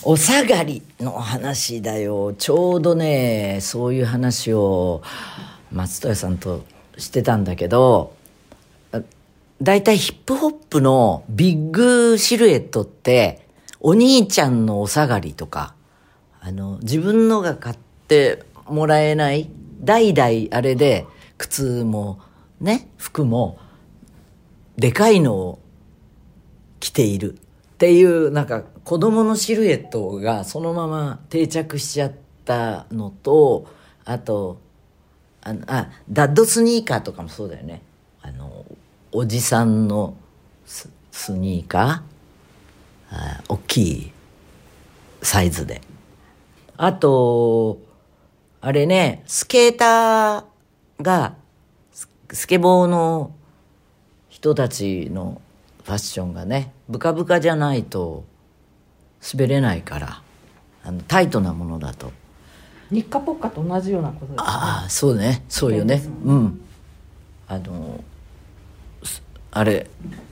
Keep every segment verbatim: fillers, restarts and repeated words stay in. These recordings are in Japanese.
お下がりの話だよ。ちょうどねそういう話を松任谷さんとしてたんだけど、だいたいヒップホップのビッグシルエットってお兄ちゃんのお下がりとか、あの自分のが買ってもらえない代々あれで靴もね服もでかいのを着ているっていう、なんか子供のシルエットがそのまま定着しちゃったのと、あとあのあダッドスニーカーとかもそうだよね。あのおじさんの ス, スニーカー、あ大きいサイズで、あとあれねスケーターがス, スケボーの人たちのファッションがねブカブカじゃないと滑れないから、あのタイトなものだと。 日課ポッカと同じようなことですね。 ああそうね、そうよね。うんあのあれ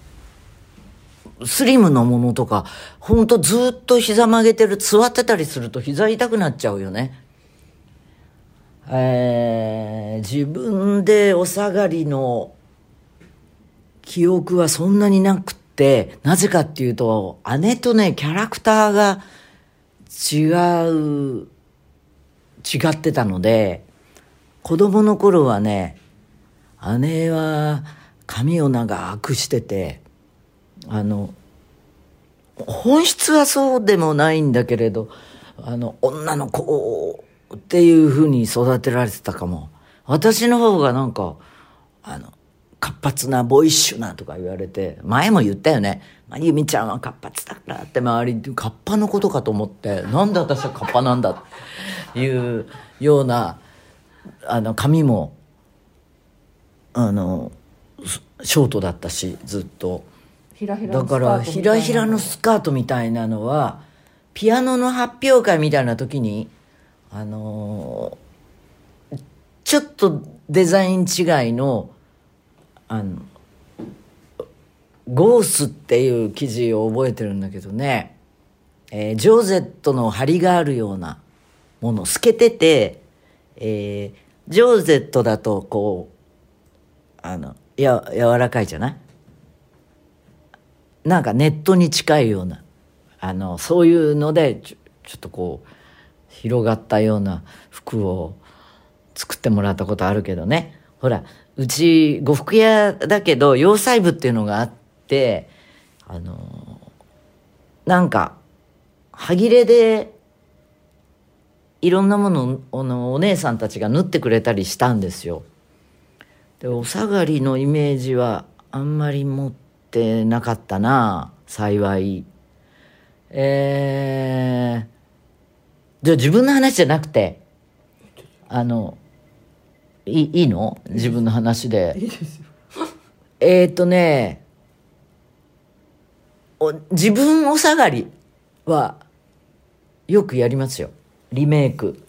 スリムのものとかほんとずっと膝曲げてる、座ってたりすると膝痛くなっちゃうよね。えー、自分でお下がりの記憶はそんなになくって、なぜかっていうと姉とねキャラクターが違う違ってたので、子供の頃はね姉は髪を長くしてて、あの本質はそうでもないんだけれど、あの女の子っていう風に育てられてたかも。私の方がなんかあの活発なボイッシュなとか言われて、前も言ったよね。まあ、由美ちゃんは活発だからって周りでカッパのことかと思って、なんで私はカッパなんだっていうような、あの髪もあのショートだったしずっと。 ひらひらのだからひらひらのスカートみたいなのはピアノの発表会みたいな時にあのー、ちょっとデザイン違いのあのゴースっていう生地を覚えてるんだけどね、えー、ジョーゼットの張りがあるようなもの透けてて、えー、ジョーゼットだとこうあのや柔らかいじゃない、なんかネットに近いような、あのそういうのでちょ、ちょっとこう広がったような服を作ってもらったことあるけどね。ほらうち呉服屋だけど洋裁部っていうのがあって、あのなんか歯切れでいろんなものをのお姉さんたちが縫ってくれたりしたんですよ。でお下がりのイメージはあんまり持ってなかったな幸い。えー、じゃあ自分の話じゃなくてあのい, いいの自分の話で。 いいですよ。 えっとねお自分お下がりはよくやりますよ。リメイク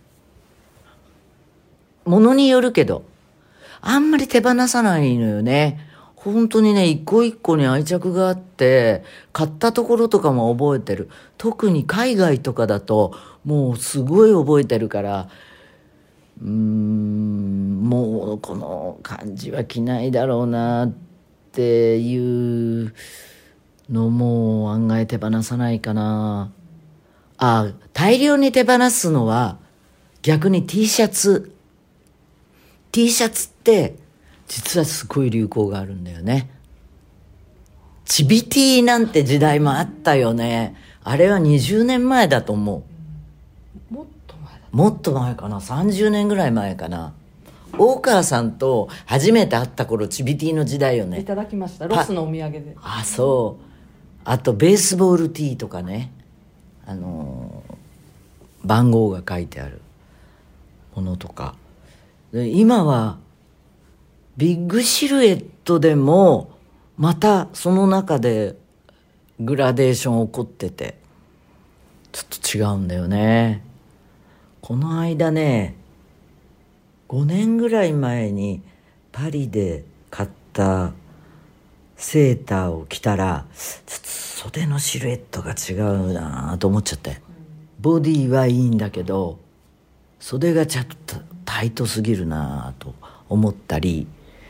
ものによるけどあんまり手放さないのよね。本当にね一個一個に愛着があって買ったところとかも覚えてる。特に海外とかだともうすごい覚えてるから、うーんもうこの感じは着ないだろうなっていうのも案外手放さないかな。あ、大量に手放すのは逆に T シャツ T シャツって実はすごい流行があるんだよね。チビ T なんて時代もあったよね。あれはにじゅうねんまえだと思う。もっと前だ。 もっと前かな、さんじゅうねんぐらい前かな。大川さんと初めて会った頃チビ T の時代よね。 いただきました、ロスのお土産で。 あ、そう。あとベースボール T とかね、あのー、番号が書いてあるものとかで、今はビッグシルエットでもまたその中でグラデーション起こっててちょっと違うんだよね。この間ねごねんぐらい前にパリで買ったセーターを着たらちょっと袖のシルエットが違うなと思っちゃって、ボディはいいんだけど袖がちょっとタイトすぎるなと思ったり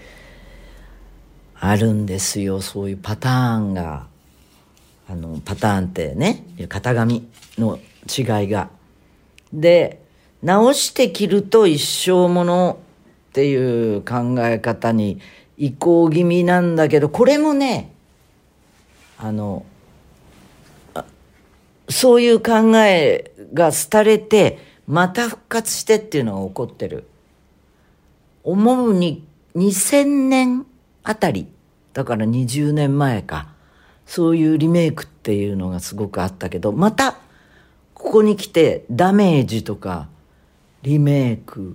あるんですよ。そういうパターンが、あのパターンってね、型紙の違いがで、直して着ると一生ものっていう考え方に移行気味なんだけど、これもね、あのそういう考えが廃れてまた復活してっていうのが起こってる。思うににせんねんあたりだからにじゅうねんまえか、そういうリメイクっていうのがすごくあったけど、またここに来てダメージとかリメイク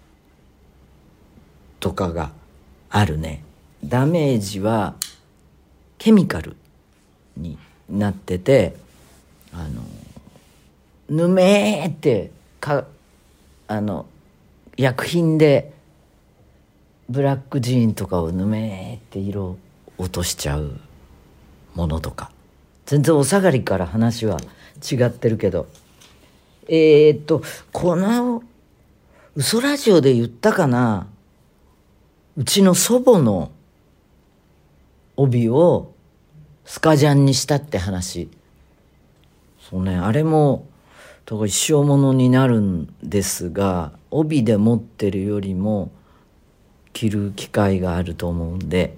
とかがあるね。ダメージはケミカルになってて、あのぬめーってかあの薬品でブラックジーンとかをぬめーって色落としちゃうものとか、全然お下がりから話は違ってるけど、えー、っとこの嘘ラジオで言ったかな、うちの祖母の帯をスカジャンにしたって話。そうね、あれもだから一生ものになるんですが、帯で持ってるよりも着る機会があると思うんで、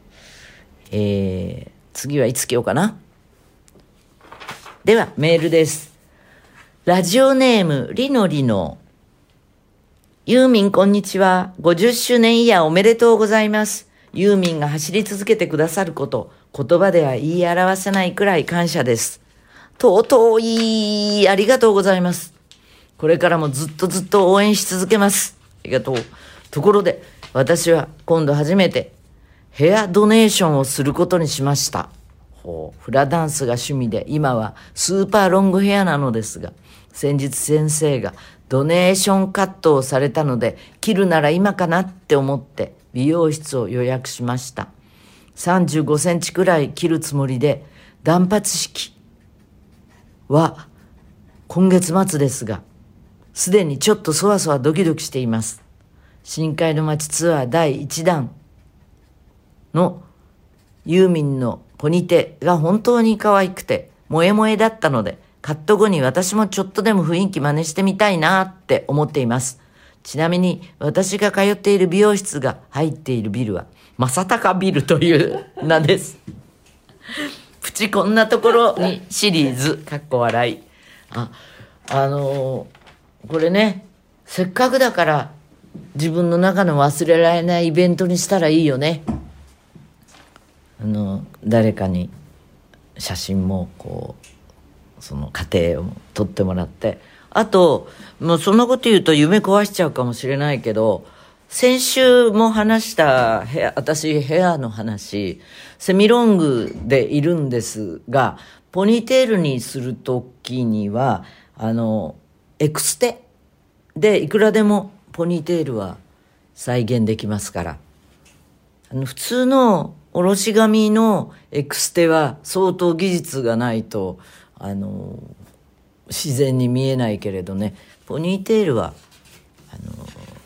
えー、次はいつ着ようかな。ではメールです。ラジオネームりのりの。ユーミンこんにちは。ごじゅっしゅうねんイヤーおめでとうございます。ユーミンが走り続けてくださること、言葉では言い表せないくらい感謝です。尊い、ありがとうございます。これからもずっとずっと応援し続けます。ありがとう。ところで、私は今度初めてヘアドネーションをすることにしました。ほう、フラダンスが趣味で、今はスーパーロングヘアなのですが、先日先生がドネーションカットをされたので、切るなら今かなって思って美容室を予約しました。さんじゅうごセンチくらい切るつもりで、断髪式は今月末ですが、すでにちょっとそわそわドキドキしています。深海の街ツアーだいいちだんのユーミンのポニテが本当に可愛くて萌え萌えだったので、カット後に私もちょっとでも雰囲気真似してみたいなって思っています。ちなみに私が通っている美容室が入っているビルは正隆ビルという名です。プチこんなところにシリーズかっこ笑い。あ、あのー、これね、せっかくだから自分の中の忘れられないイベントにしたらいいよね。あの誰かに写真もこうその過程を撮ってもらって、あともうそんなこと言うと夢壊しちゃうかもしれないけど、先週も話したヘア、私ヘアの話、セミロングでいるんですが、ポニーテールにするときにはあのエクステでいくらでもポニーテールは再現できますから、あの普通のおろし髪のエクステは相当技術がないとあの自然に見えないけれどね、ポニーテールはあの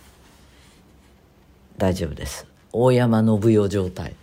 大丈夫です。大山信代状態。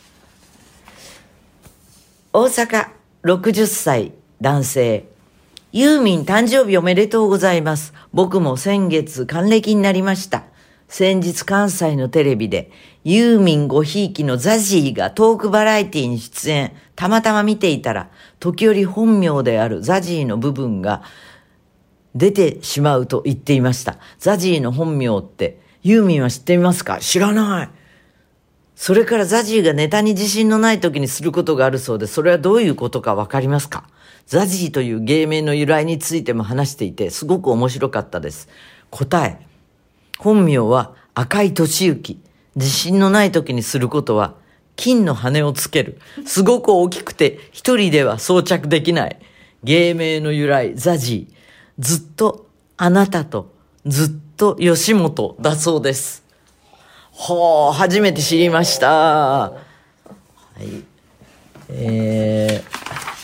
大阪ろくじゅっさい男性。ユーミン誕生日おめでとうございます。僕も先月還暦になりました。先日関西のテレビでユーミンごひいきのザジーがトークバラエティに出演。たまたま見ていたら時折本名であるザジーの部分が出てしまうと言っていました。ザジーの本名ってユーミンは知っていますか？知らない。それからザジーがネタに自信のない時にすることがあるそうで、それはどういうことかわかりますか？ザジーという芸名の由来についても話していて、すごく面白かったです。答え。本名は赤井俊之。自信のない時にすることは、金の羽をつける。すごく大きくて、一人では装着できない。芸名の由来、ザジー。ずっとあなたと、ずっと吉本だそうです。ほう、初めて知りました。はい。えー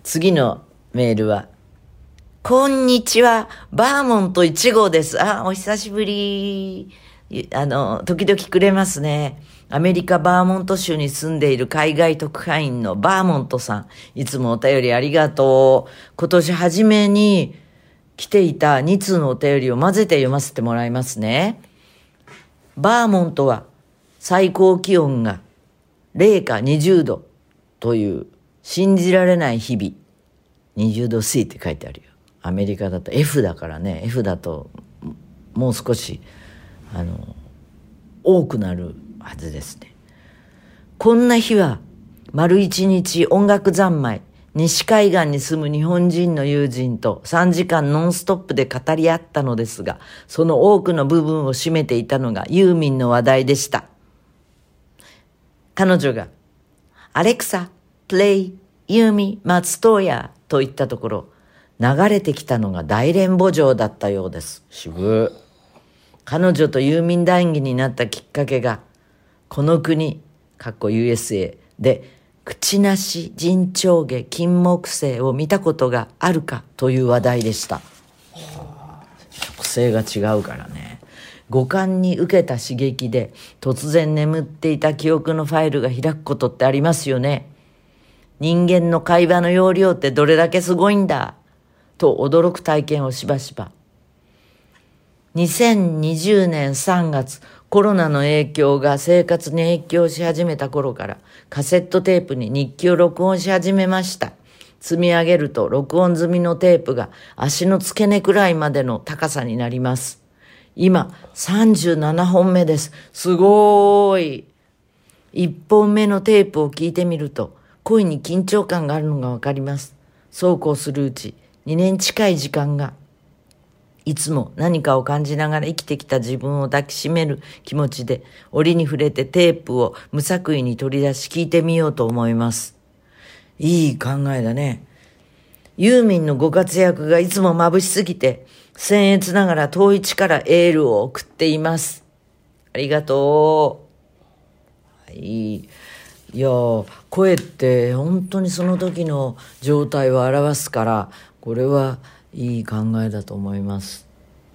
次のメールは、こんにちは、バーモントいち号です。あ、お久しぶり。あの、時々くれますね。アメリカバーモント州に住んでいる海外特派員のバーモントさん。いつもお便りありがとう。今年初めに来ていたに通のお便りを混ぜて読ませてもらいますね。バーモントは最高気温が零下にじゅうどという信じられない日々。にじゅうど C って書いてあるよ。アメリカだと F だからね。F だともう少しあの多くなるはずですね。こんな日は丸一日音楽三昧、西海岸に住む日本人の友人とさんじかんノンストップで語り合ったのですが、その多くの部分を占めていたのがユーミンの話題でした。彼女がアレクサ、プレイ、ユーミン、松任谷と言ったところ、流れてきたのが大連母城だったようです。渋い。彼女とユーミン談義になったきっかけが、この国、かっこ ユーエスエー で、口なし人長毛金木犀を見たことがあるかという話題でした。植生が違うからね。五感に受けた刺激で突然眠っていた記憶のファイルが開くことってありますよね。人間の会話の容量ってどれだけすごいんだと驚く体験をしばしば。にせんにじゅうねんさんがつ、コロナの影響が生活に影響し始めた頃からカセットテープに日記を録音し始めました。積み上げると録音済みのテープが足の付け根くらいまでの高さになります。今さんじゅうななほんめです。すごーい。いっぽんめのテープを聞いてみると声に緊張感があるのがわかります。そうこうするうちにねん近い時間がいつも何かを感じながら生きてきた自分を抱きしめる気持ちで折に触れてテープを無作為に取り出し聞いてみようと思います。いい考えだね。ユーミンのご活躍がいつも眩しすぎて僭越ながら遠い地からエールを送っています。ありがとう。はい。いや、声って本当にその時の状態を表すから、これはいい考えだと思います。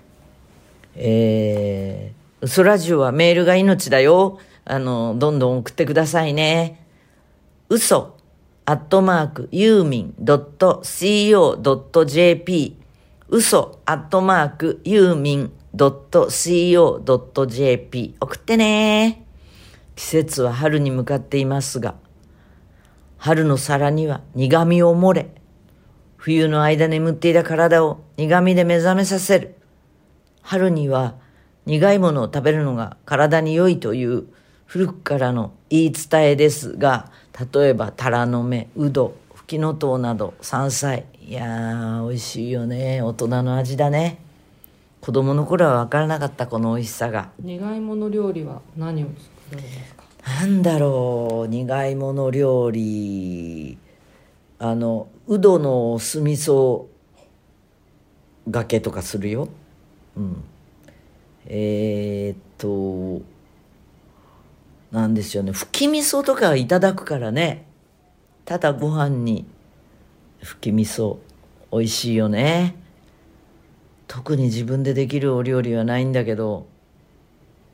えー、嘘ラジオはメールが命だよ。あの、どんどん送ってくださいね。嘘、アットマーク、ユーミン ドット シーオー ドット ジェーピー。嘘、アットマーク、ユーミン ドット シーオー ドット ジェーピー。送ってね。季節は春に向かっていますが、春の皿には苦味を漏れ、冬の間眠っていた体を苦味で目覚めさせる。春には苦いものを食べるのが体に良いという古くからの言い伝えですが、例えばタラの芽、うど、フキノトウなど山菜。いやー、美味しいよね。大人の味だね。子供の頃は分からなかったこの美味しさが。 苦いもの料理は何を作られますか？ なんだろう、苦いもの料理。あのうどの酢味噌がけとかするよ。うんえー、っとなんですよね、ふき味噌とかいただくからね。ただご飯にふき味噌美味しいよね。特に自分でできるお料理はないんだけど、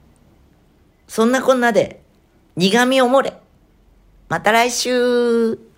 そんなこんなで苦味を漏れ。また来週。